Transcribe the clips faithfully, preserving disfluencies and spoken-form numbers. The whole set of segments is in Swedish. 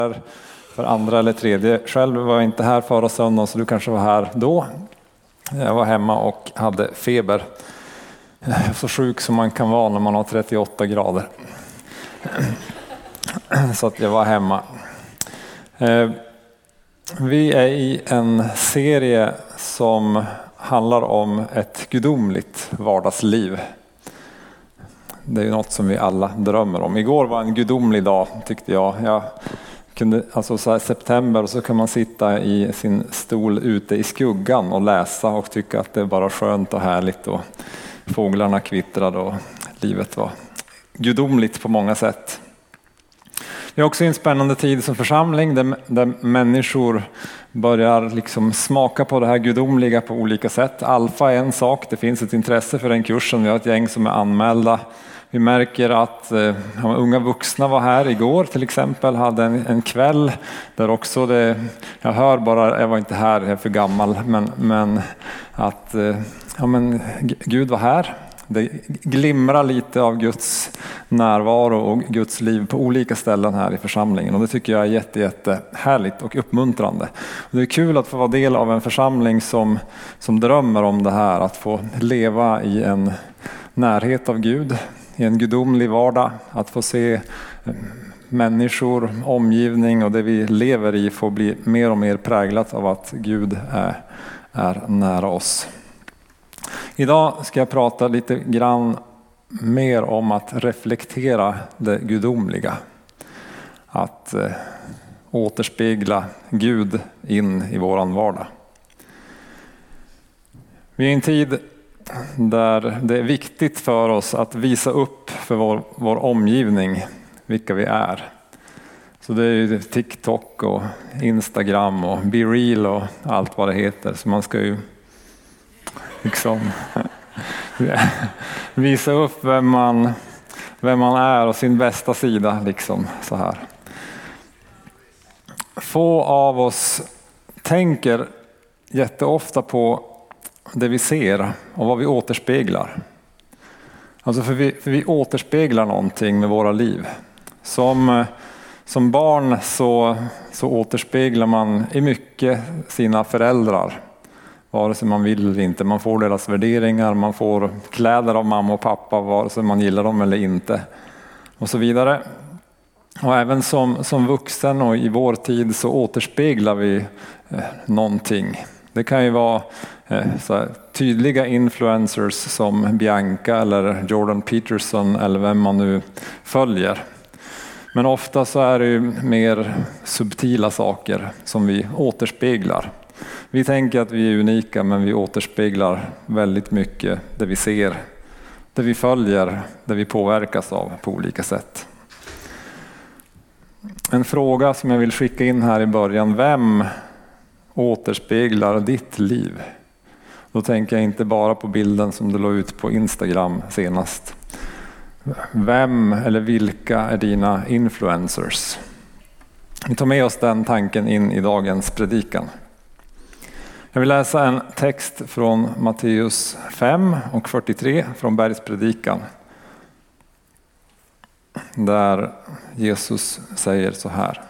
för andra eller tredje. Själv var jag inte här förra söndagen, så du kanske var här då. Jag var hemma och hade feber. Så sjuk som man kan vara när man har trettioåtta grader. Så att jag var hemma. Vi är i en serie som handlar om ett gudomligt vardagsliv. Det är ju något som vi alla drömmer om. Igår var en gudomlig dag, tyckte jag. Jag kunde, alltså så här september, och så kan man sitta i sin stol ute i skuggan och läsa och tycka att det är bara skönt och härligt, och fåglarna kvittrade och livet var gudomligt på många sätt. Det är också en spännande tid som församling där, där människor börjar liksom smaka på det här gudomliga på olika sätt. Alfa är en sak, det finns ett intresse för den kursen. Vi har ett gäng som är anmälda. Vi märker att eh, unga vuxna var här igår till exempel, hade en, en kväll där också det, jag hör bara, jag var inte här, jag är för gammal, men, men att eh, ja, men, Gud var här. Det glimrar lite av Guds närvaro och Guds liv på olika ställen här i församlingen. Och det tycker jag är jätte, jätte härligt och uppmuntrande. Och det är kul att få vara del av en församling som, som drömmer om det här. Att få leva i en närhet av Gud, i en gudomlig vardag. Att få se människor, omgivning och det vi lever i få bli mer och mer präglat av att Gud är, är nära oss. Idag ska jag prata lite grann mer om att reflektera det gudomliga. Att eh, återspegla Gud in i våran vardag. Vi är i en tid där det är viktigt för oss att visa upp för vår, vår omgivning vilka vi är. Så det är ju TikTok och Instagram och Be Real och allt vad det heter. Så man ska ju liksom visa upp vem man, vem man är och sin bästa sida liksom så här. Få av oss tänker jätteofta på det vi ser och vad vi återspeglar. Alltså för vi, för vi återspeglar någonting med våra liv. Som, som barn så, så återspeglar man i mycket sina föräldrar. Vare sig man vill eller inte. Man får deras värderingar, man får kläder av mamma och pappa vare sig man gillar dem eller inte. Och så vidare. Och även som, som vuxen och i vår tid så återspeglar vi eh, någonting. Det kan ju vara eh, så här, tydliga influencers som Bianca eller Jordan Peterson eller vem man nu följer. Men ofta så är det ju mer subtila saker som vi återspeglar. Vi tänker att vi är unika, men vi återspeglar väldigt mycket det vi ser, det vi följer, det vi påverkas av på olika sätt. En fråga som jag vill skicka in här i början: vem återspeglar ditt liv? Då tänker jag inte bara på bilden som du la ut på Instagram senast. Vem eller vilka är dina influencers? Vi tar med oss den tanken in i dagens predikan. Jag vill läsa en text från Matteus fem och fyrtiotre från Bergspredikan. Där Jesus säger så här: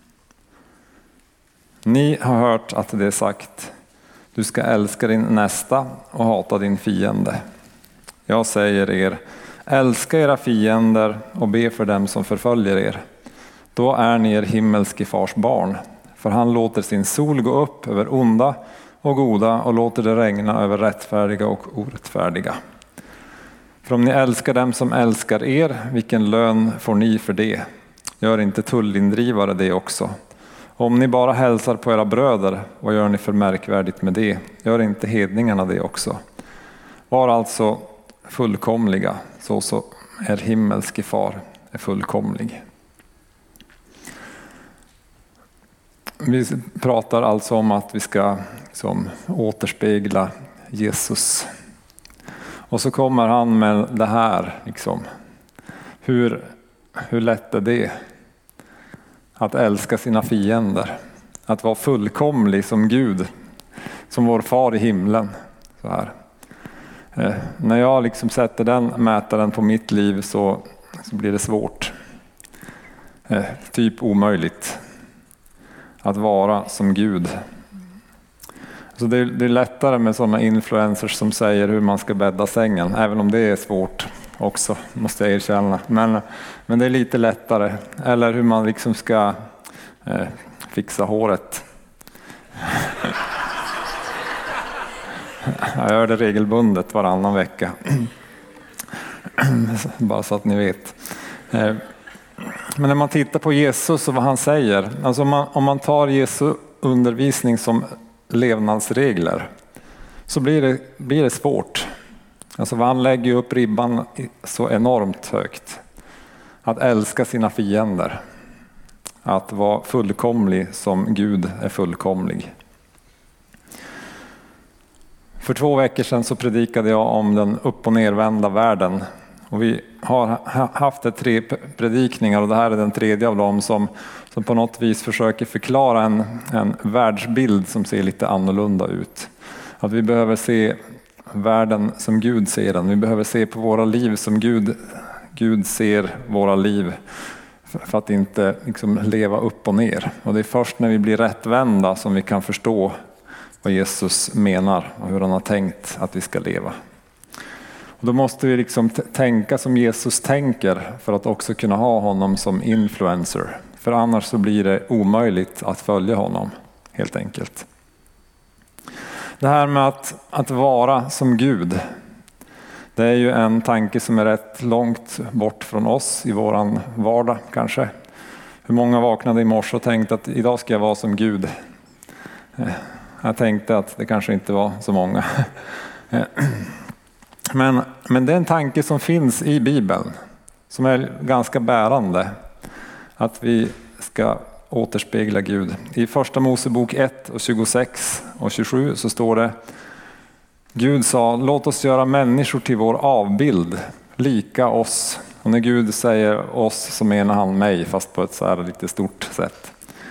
Ni har hört att det är sagt: du ska älska din nästa och hata din fiende. Jag säger er, älska era fiender och be för dem som förföljer er. Då är ni er himmelske fars barn. För han låter sin sol gå upp över onda och goda och låter det regna över rättfärdiga och orättfärdiga. För om ni älskar dem som älskar er, vilken lön får ni för det? Gör inte tullindrivare det också? Om ni bara hälsar på era bröder, vad gör ni för märkvärdigt med det? Gör inte hedningarna det också? Var alltså fullkomliga, så så er himmelske far är fullkomlig. Vi pratar alltså om att vi ska liksom återspegla Jesus. Och så kommer han med det här. Liksom. Hur, hur lätt är det? Att älska sina fiender. Att vara fullkomlig som Gud. Som vår far i himlen. Så här. Eh, när jag liksom sätter den mätaren på mitt liv så, så blir det svårt. Eh, typ omöjligt. att vara som Gud. Så det är, det är lättare med sådana influencers som säger hur man ska bädda sängen, även om det är svårt också, måste jag erkänna. Men, men det är lite lättare. Eller hur man liksom ska eh, fixa håret. Jag gör det regelbundet varannan vecka. Bara så att ni vet. Eh, men när man tittar på Jesus och vad han säger, alltså om man, om man tar Jesu undervisning som levnadsregler, så blir det, blir det svårt. Alltså han lägger ju upp ribban så enormt högt. Att älska sina fiender. Att vara fullkomlig som Gud är fullkomlig. För två veckor sedan så predikade jag om den upp- och nervända världen. Och vi har haft tre predikningar och det här är den tredje av dem som, som på något vis försöker förklara en, en världsbild som ser lite annorlunda ut. Att vi behöver se världen som Gud ser den. Vi behöver se på våra liv som Gud, Gud ser våra liv. För att inte liksom leva upp och ner. Och det är först när vi blir rättvända som vi kan förstå vad Jesus menar och hur han har tänkt att vi ska leva. Och då måste vi liksom t- tänka som Jesus tänker för att också kunna ha honom som influencer. För annars så blir det omöjligt att följa honom helt enkelt. Det här med att, att vara som Gud, det är ju en tanke som är rätt långt bort från oss i våran vardag kanske. Hur många vaknade i morse och tänkte att idag ska jag vara som Gud? Jag tänkte att det kanske inte var så många. Men, men det är en tanke som finns i Bibeln som är ganska bärande. Att vi ska återspegla Gud. I första Mosebok ett och tjugosex och tjugosju så står det: Gud sa, låt oss göra människor till vår avbild, lika oss. Och när Gud säger oss så menar han mig, fast på ett så här lite stort sätt.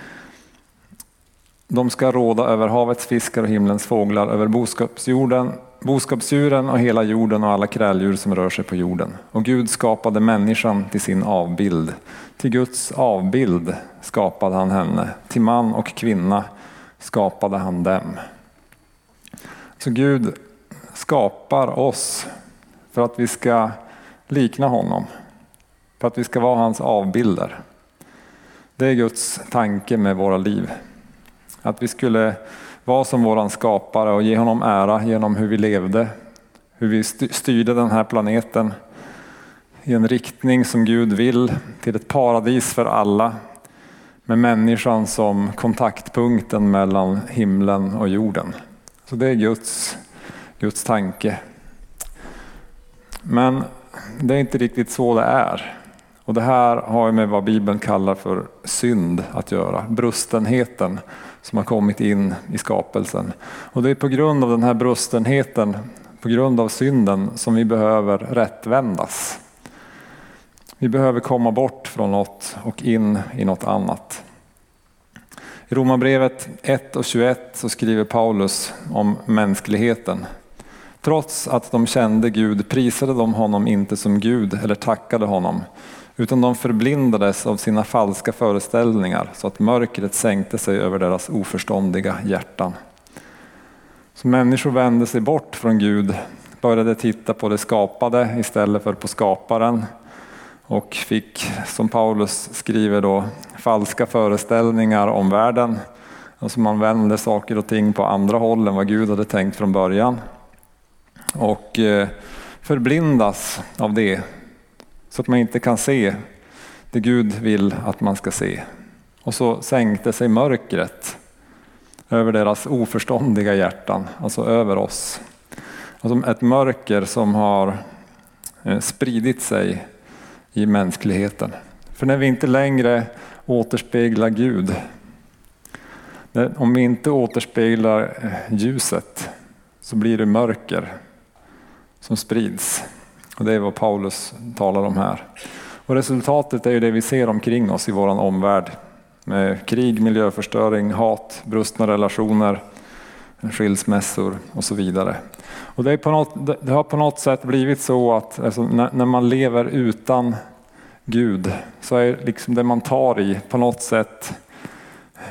De ska råda över havets fiskar och himlens fåglar, över boskapsjorden, boskapsdjuren och hela jorden och alla kräldjur som rör sig på jorden. Och Gud skapade människan till sin avbild. Till Guds avbild skapade han henne. Till man och kvinna skapade han dem. Så Gud skapar oss för att vi ska likna honom. För att vi ska vara hans avbilder. Det är Guds tanke med våra liv. Att vi skulle vara som våran skapare och ge honom ära genom hur vi levde. Hur vi styrde den här planeten i en riktning som Gud vill, till ett paradis för alla. Med människan som kontaktpunkten mellan himlen och jorden. Så det är Guds, Guds tanke. Men det är inte riktigt så det är. Och det här har med vad Bibeln kallar för synd att göra. Brustenheten som har kommit in i skapelsen. Och det är på grund av den här brustenheten, på grund av synden, som vi behöver rättvändas. Vi behöver komma bort från något och in i något annat. I Romarbrevet ett och tjugoett så skriver Paulus om mänskligheten. Trots att de kände Gud prisade de honom inte som Gud eller tackade honom, utan de förblindades av sina falska föreställningar så att mörkret sänkte sig över deras oförståndiga hjärtan. Så människor vände sig bort från Gud, började titta på det skapade istället för på skaparen och fick, som Paulus skriver då, falska föreställningar om världen. Alltså man vände saker och ting på andra håll än vad Gud hade tänkt från början. Och förblindas av det så att man inte kan se det Gud vill att man ska se. Och så sänkte sig mörkret över deras oförståndiga hjärtan, alltså över oss. Alltså ett mörker som har spridit sig i mänskligheten. För när vi inte längre återspeglar Gud, om vi inte återspeglar ljuset, så blir det mörker som sprids. Och det är vad Paulus talar om här. Och resultatet är ju det vi ser omkring oss i våran omvärld. Med krig, miljöförstöring, hat, brustna relationer, skilsmässor och så vidare. Och det, är på något, det har på något sätt blivit så att alltså, när, när man lever utan Gud så är liksom det man tar i på något sätt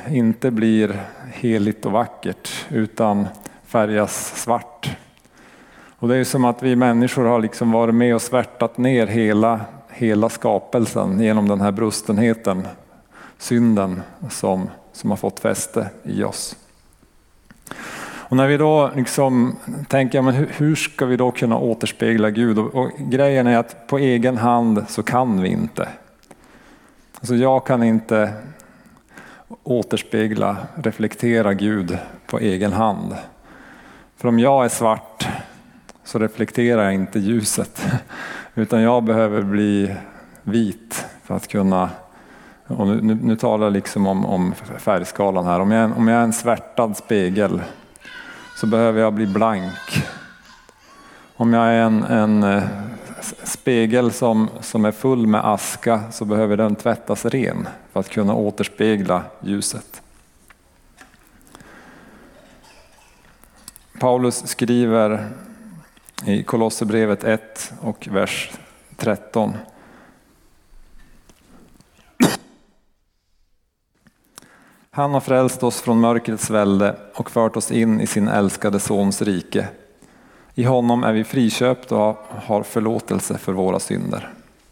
inte blir heligt och vackert utan färgas svart. Och det är som att vi människor har liksom varit med och svärtat ner hela, hela skapelsen genom den här brustenheten, synden som, som har fått fäste i oss. Och när vi då liksom tänker, men hur, hur ska vi då kunna återspegla Gud? Och, och grejen är att på egen hand så kan vi inte. Alltså jag kan inte återspegla, reflektera Gud på egen hand. För om jag är svart så reflekterar jag inte ljuset. Utan jag behöver bli vit för att kunna, och nu, nu, nu talar jag liksom om, om färgskalan här. Om jag, om jag är en svärtad spegel så behöver jag bli blank. Om jag är en, en spegel som, som är full med aska så behöver den tvättas ren för att kunna återspegla ljuset. Paulus skriver i Kolosserbrevet ett och vers tretton. Han har frälst oss från mörkrets välde och fört oss in i sin älskade sons rike. I honom är vi friköpta och har förlåtelse för våra synder.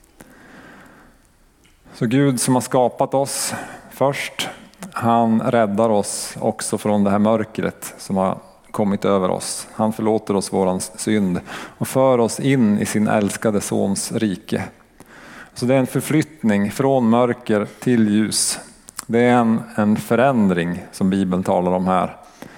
Så Gud som har skapat oss först, han räddar oss också från det här mörkret som har kommit över oss. Han förlåter oss våran synd och för oss in i sin älskade sons rike. Så det är en förflyttning från mörker till ljus. Det är en, en förändring som Bibeln talar om här.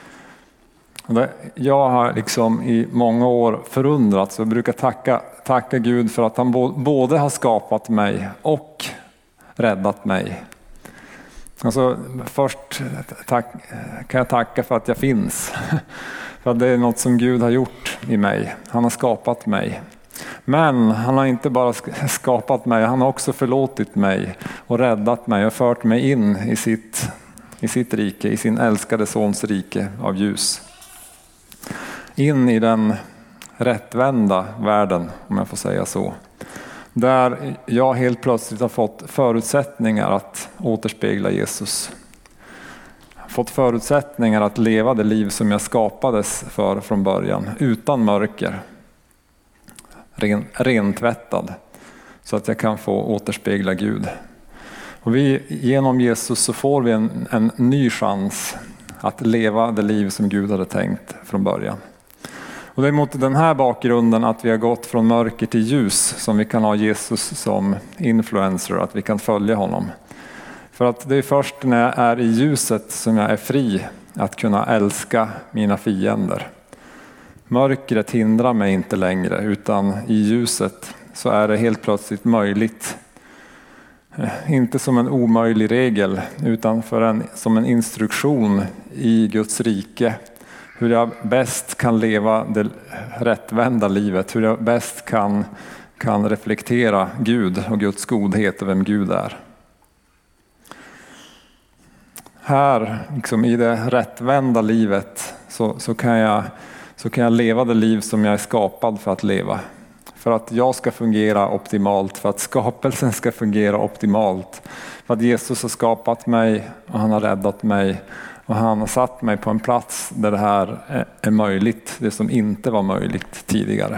Jag har liksom i många år förundrats och brukar tacka, tacka Gud för att han både har skapat mig och räddat mig. Alltså, först tack, kan jag tacka för att jag finns. För att det är något som Gud har gjort i mig. Han har skapat mig. Men han har inte bara skapat mig, han har också förlåtit mig och räddat mig och fört mig in i sitt, i sitt rike, i sin älskade sons rike av ljus. In i den rättvända världen, om jag får säga så. Där jag helt plötsligt har fått förutsättningar att återspegla Jesus. Fått förutsättningar att leva det liv som jag skapades för från början, utan mörker. Ren, rentvättad, så att jag kan få återspegla Gud. Och vi, genom Jesus så får vi en, en ny chans att leva det liv som Gud hade tänkt från början. Och det är mot den här bakgrunden att vi har gått från mörker till ljus som vi kan ha Jesus som influencer, att vi kan följa honom. För att det är först när jag är i ljuset som jag är fri att kunna älska mina fiender. Mörkret hindrar mig inte längre, utan i ljuset så är det helt plötsligt möjligt. Inte som en omöjlig regel, utan för en, som en instruktion i Guds rike. Hur jag bäst kan leva det rättvända livet, hur jag bäst kan, kan reflektera Gud och Guds godhet och vem Gud är. Här, liksom i det rättvända livet, så, så, kan jag, så kan jag leva det liv som jag är skapad för att leva. För att jag ska fungera optimalt, för att skapelsen ska fungera optimalt. För att Jesus har skapat mig och han har räddat mig. Och han har satt mig på en plats där det här är möjligt, det som inte var möjligt tidigare.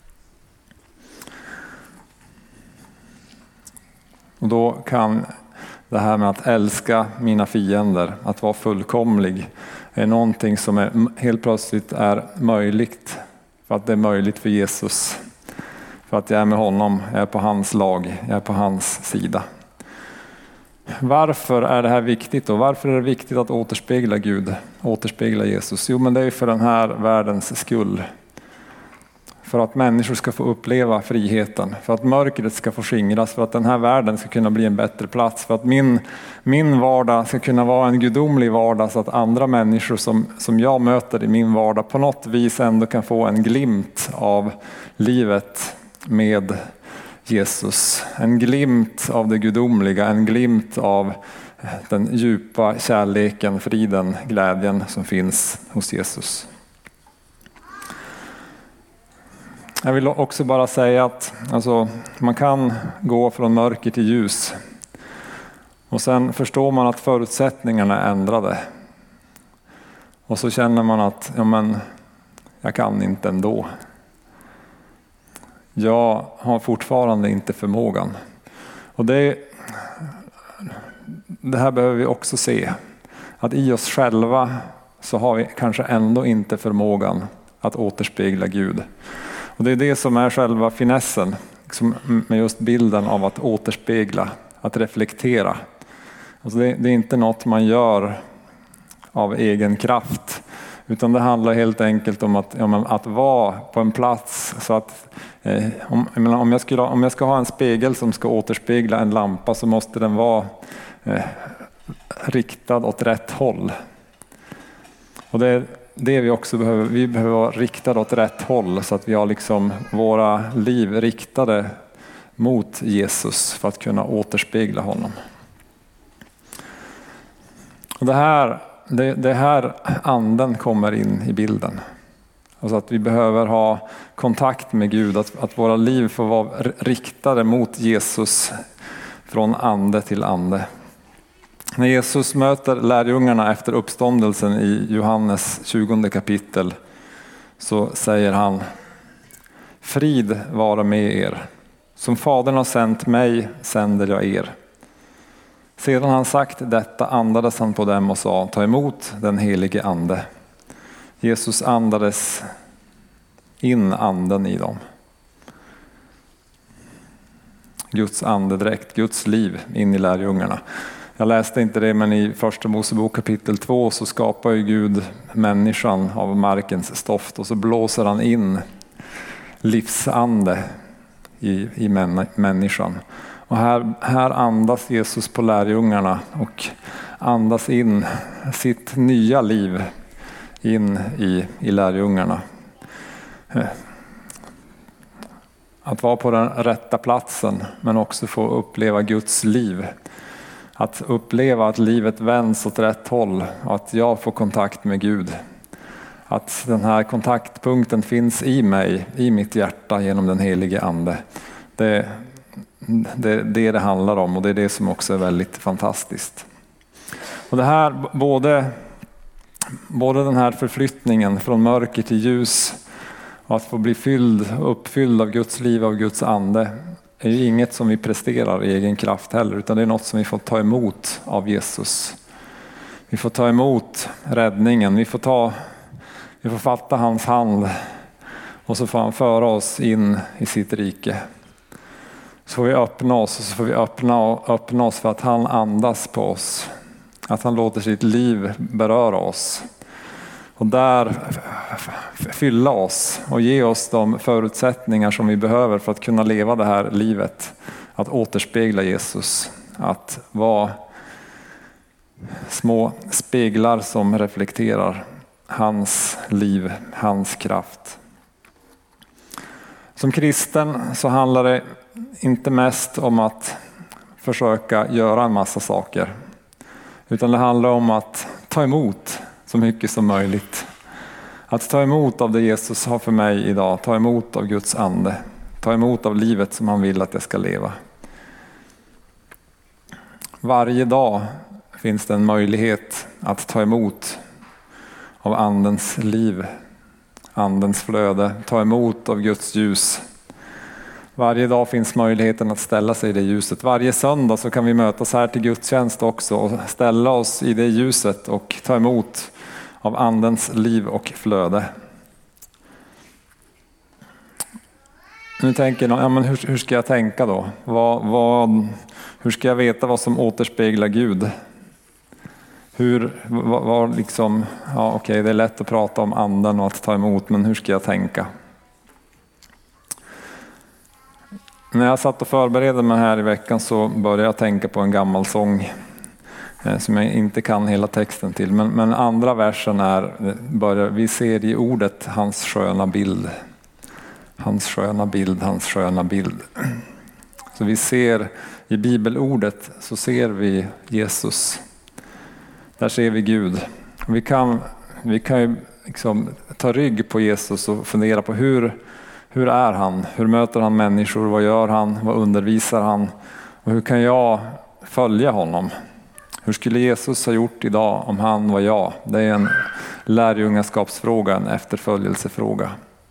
Och då kan det här med att älska mina fiender, att vara fullkomlig, är någonting som är, helt plötsligt är möjligt. För att det är möjligt för Jesus. För att jag är med honom, jag är på hans lag, jag är på hans sida. Varför är det här viktigt och varför är det viktigt att återspegla Gud, återspegla Jesus? Jo, men det är för den här världens skull. För att människor ska få uppleva friheten, för att mörkret ska få skingras, för att den här världen ska kunna bli en bättre plats, för att min, min vardag ska kunna vara en gudomlig vardag, så att andra människor som, som jag möter i min vardag på något vis ändå kan få en glimt av livet med Jesus. En glimt av det gudomliga, en glimt av den djupa kärleken, friden, glädjen som finns hos Jesus. Jag vill också bara säga att alltså, man kan gå från mörker till ljus. Och sen förstår man att förutsättningarna är ändrade. Och så känner man att ja, men, jag kan inte ändå. Jag har fortfarande inte förmågan. Och det, det här behöver vi också se. Att i oss själva så har vi kanske ändå inte förmågan att återspegla Gud. Och det är det som är själva finessen liksom med just bilden av att återspegla, att reflektera. Alltså det, det är inte något man gör av egen kraft, utan det handlar helt enkelt om att, ja, att vara på en plats så att eh, om, jag menar, om, jag skulle, om jag ska ha en spegel som ska återspegla en lampa så måste den vara eh, riktad åt rätt håll. Och det är det vi också behöver. Vi behöver vara riktade åt rätt håll så att vi har liksom våra liv riktade mot Jesus för att kunna återspegla honom. Och det här, det, det här anden kommer in i bilden. Alltså att vi behöver ha kontakt med Gud, att, att våra liv får vara riktade mot Jesus från ande till ande. När Jesus möter lärjungarna efter uppståndelsen i Johannes tjugonde kapitel så säger han: frid vara med er. Som Fadern har sänt mig sänder jag er. Sedan han sagt detta andades han på dem och sa: ta emot den helige ande. Jesus andades in anden i dem. Guds andedräkt, Guds liv in i lärjungarna. Jag läste inte det, men i första Mosebok kapitel två så skapar ju Gud människan av markens stoft och så blåser han in livsande i, i män, människan. Och här, här andas Jesus på lärjungarna och andas in sitt nya liv in i, i lärjungarna. Att vara på den rätta platsen men också få uppleva Guds liv. Att uppleva att livet vänds åt rätt håll och att jag får kontakt med Gud. Att den här kontaktpunkten finns i mig, i mitt hjärta genom den helige ande. Det Det är det det handlar om och det är det som också är väldigt fantastiskt. Och det här, både, både den här förflyttningen från mörker till ljus och att få bli fylld, uppfylld av Guds liv, av Guds ande, är ju inget som vi presterar i egen kraft heller, utan det är något som vi får ta emot av Jesus. Vi får ta emot räddningen, vi får, ta, vi får fatta hans hand och så får han föra oss in i sitt rike. Så får vi öppna oss och så får vi öppna, öppna oss för att han andas på oss. Att han låter sitt liv beröra oss. Och där fylla oss och ge oss de förutsättningar som vi behöver för att kunna leva det här livet. Att återspegla Jesus. Att vara små speglar som reflekterar hans liv, hans kraft. Som kristen så handlar det inte mest om att försöka göra en massa saker. Utan det handlar om att ta emot så mycket som möjligt. Att ta emot av det Jesus har för mig idag. Ta emot av Guds ande. Ta emot av livet som han vill att jag ska leva. Varje dag finns det en möjlighet att ta emot av andens liv. Andens flöde. Ta emot av Guds ljus. Varje dag finns möjligheten att ställa sig i det ljuset. Varje söndag så kan vi mötas här till gudstjänst också och ställa oss i det ljuset och ta emot av andens liv och flöde. Nu tänker jag, ja, men hur, hur ska jag tänka då? Vad, vad, hur ska jag veta vad som återspeglar Gud? Hur, vad, vad liksom, ja, okej, det är lätt att prata om anden och att ta emot, men hur ska jag tänka? När jag satt och förberedde mig här i veckan så började jag tänka på en gammal sång eh, som jag inte kan hela texten till. Men, men andra versen är, börjar, vi ser i ordet hans sköna bild. Hans sköna bild, hans sköna bild. Så vi ser i bibelordet så ser vi Jesus. Där ser vi Gud. Vi kan, vi kan ju liksom ta rygg på Jesus och fundera på hur Hur är han? Hur möter han människor? Vad gör han? Vad undervisar han? Och hur kan jag följa honom? Hur skulle Jesus ha gjort idag om han var jag? Det är en lärjungaskapsfråga, en efterföljelsefråga.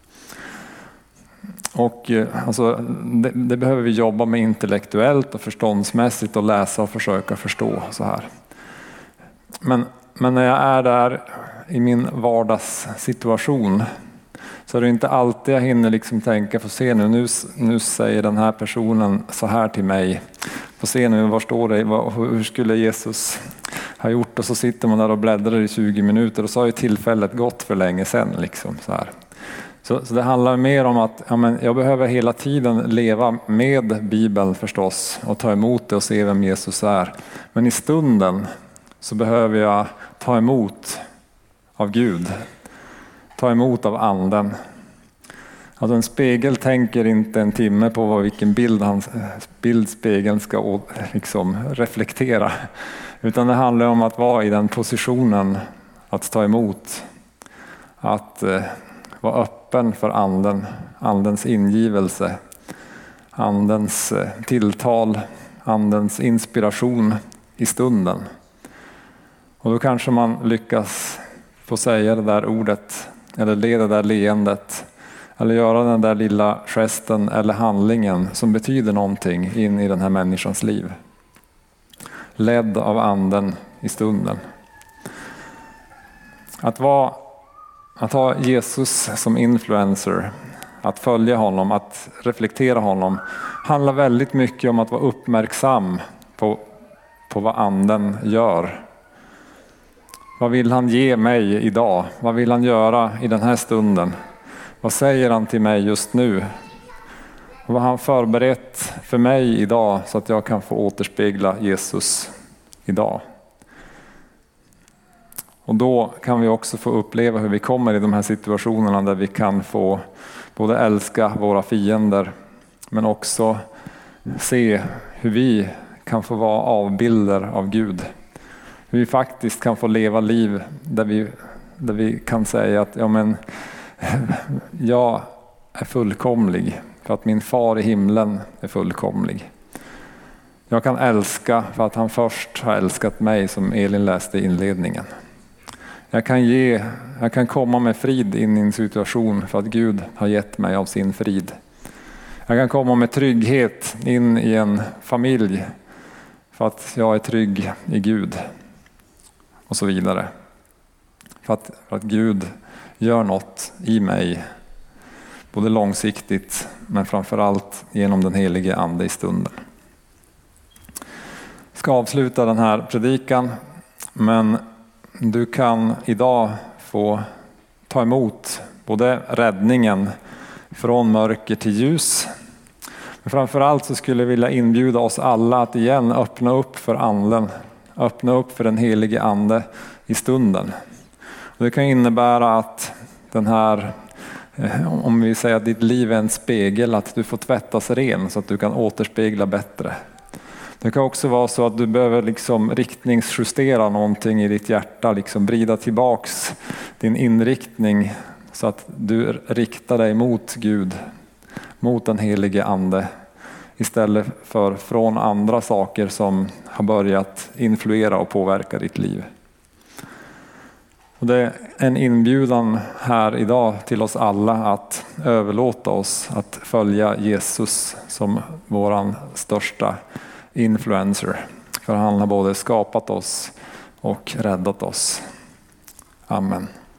Och alltså, det, det behöver vi jobba med intellektuellt och förståndsmässigt och läsa och försöka förstå så här. Men, men när jag är där i min vardagssituation så är det inte alltid jag hinner liksom tänka, få se nu, nu, nu säger den här personen så här till mig. Få se nu, var står det, vad, hur skulle Jesus ha gjort? Och så sitter man där och bläddrar i tjugo minuter och så har ju tillfället gått för länge sedan. Liksom, så här. Så, så det handlar mer om att ja, men jag behöver hela tiden leva med Bibeln förstås och ta emot det och se vem Jesus är. Men i stunden så behöver jag ta emot av Gud. Ta emot av anden. Alltså en spegel tänker inte en timme på vad, vilken bild, hans, bild spegeln ska liksom reflektera. Utan det handlar om att vara i den positionen att ta emot. Att eh, vara öppen för anden, andens ingivelse, andens eh, tilltal, andens inspiration i stunden. Och då kanske man lyckas få säga det där ordet eller le det där leendet eller göra den där lilla gesten eller handlingen som betyder någonting in i den här människans liv. Ledd av anden i stunden. Att, vara, att ha Jesus som influencer, att följa honom, att reflektera honom handlar väldigt mycket om att vara uppmärksam på, på vad anden gör. Vad vill han ge mig idag? Vad vill han göra i den här stunden? Vad säger han till mig just nu? Och vad har han förberett för mig idag så att jag kan få återspegla Jesus idag? Och då kan vi också få uppleva hur vi kommer i de här situationerna där vi kan få både älska våra fiender men också se hur vi kan få vara avbilder av Gud. Hur vi faktiskt kan få leva liv där vi, där vi kan säga att ja, men, jag är fullkomlig för att min far i himlen är fullkomlig. Jag kan älska för att han först har älskat mig, som Elin läste i inledningen. Jag kan, ge, jag kan komma med frid in i en situation för att Gud har gett mig av sin frid. Jag kan komma med trygghet in i en familj för att jag är trygg i Gud. Och så vidare. För att, för att Gud gör något i mig. Både långsiktigt men framförallt genom den helige ande i stunden. Jag ska avsluta den här predikan. Men du kan idag få ta emot både räddningen från mörker till ljus. Men framförallt så skulle jag vilja inbjuda oss alla att igen öppna upp för anden. Öppna upp för den helige ande i stunden. Och det kan innebära att den här, om vi säger att ditt liv är en spegel, att du får tvättas ren så att du kan återspegla bättre. Det kan också vara så att du behöver liksom riktningsjustera någonting i ditt hjärta, liksom vrida tillbaks din inriktning så att du riktar dig mot Gud, mot den helige ande. Istället för från andra saker som har börjat influera och påverka ditt liv. Och det är en inbjudan här idag till oss alla att överlåta oss att följa Jesus som våran största influencer. För han har både skapat oss och räddat oss. Amen.